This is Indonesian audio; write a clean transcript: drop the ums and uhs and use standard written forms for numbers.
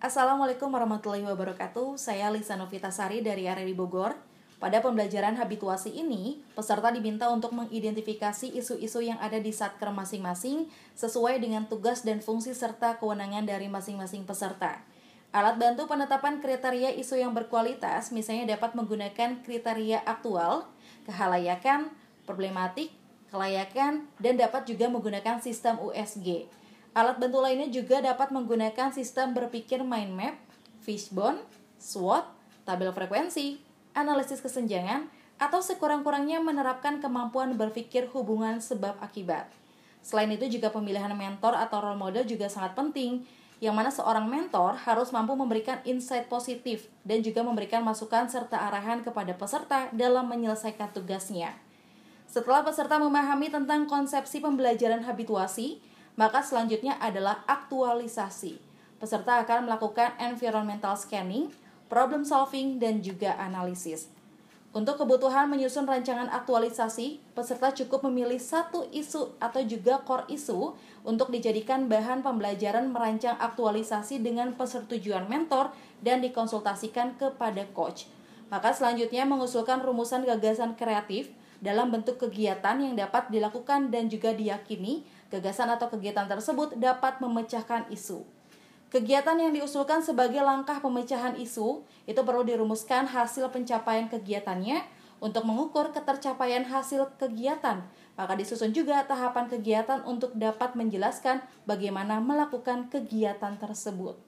Assalamualaikum warahmatullahi wabarakatuh. Saya Lisa Novitasari dari RRI Bogor. Pada pembelajaran habituasi ini, peserta diminta untuk mengidentifikasi isu-isu yang ada di satker masing-masing sesuai dengan tugas dan fungsi serta kewenangan dari masing-masing peserta. Alat bantu penetapan kriteria isu yang berkualitas misalnya dapat menggunakan kriteria aktual, kehalayakan, problematik, kelayakan, dan dapat juga menggunakan sistem USG. Alat bantu lainnya juga dapat menggunakan sistem berpikir mind map, fishbone, SWOT, tabel frekuensi, analisis kesenjangan, atau sekurang-kurangnya menerapkan kemampuan berpikir hubungan sebab akibat. Selain itu juga pemilihan mentor atau role model juga sangat penting, yang mana seorang mentor harus mampu memberikan insight positif dan juga memberikan masukan serta arahan kepada peserta dalam menyelesaikan tugasnya. Setelah peserta memahami tentang konsepsi pembelajaran habituasi, maka selanjutnya adalah aktualisasi. Peserta akan melakukan environmental scanning, problem solving, dan juga analisis. Untuk kebutuhan menyusun rancangan aktualisasi, peserta cukup memilih satu isu atau juga core isu untuk dijadikan bahan pembelajaran merancang aktualisasi dengan persetujuan mentor dan dikonsultasikan kepada coach. Maka selanjutnya mengusulkan rumusan gagasan kreatif dalam bentuk kegiatan yang dapat dilakukan dan juga diyakini gagasan atau kegiatan tersebut dapat memecahkan isu. Kegiatan yang diusulkan sebagai langkah pemecahan isu itu perlu dirumuskan hasil pencapaian kegiatannya untuk mengukur ketercapaian hasil kegiatan. Maka disusun juga tahapan kegiatan untuk dapat menjelaskan bagaimana melakukan kegiatan tersebut.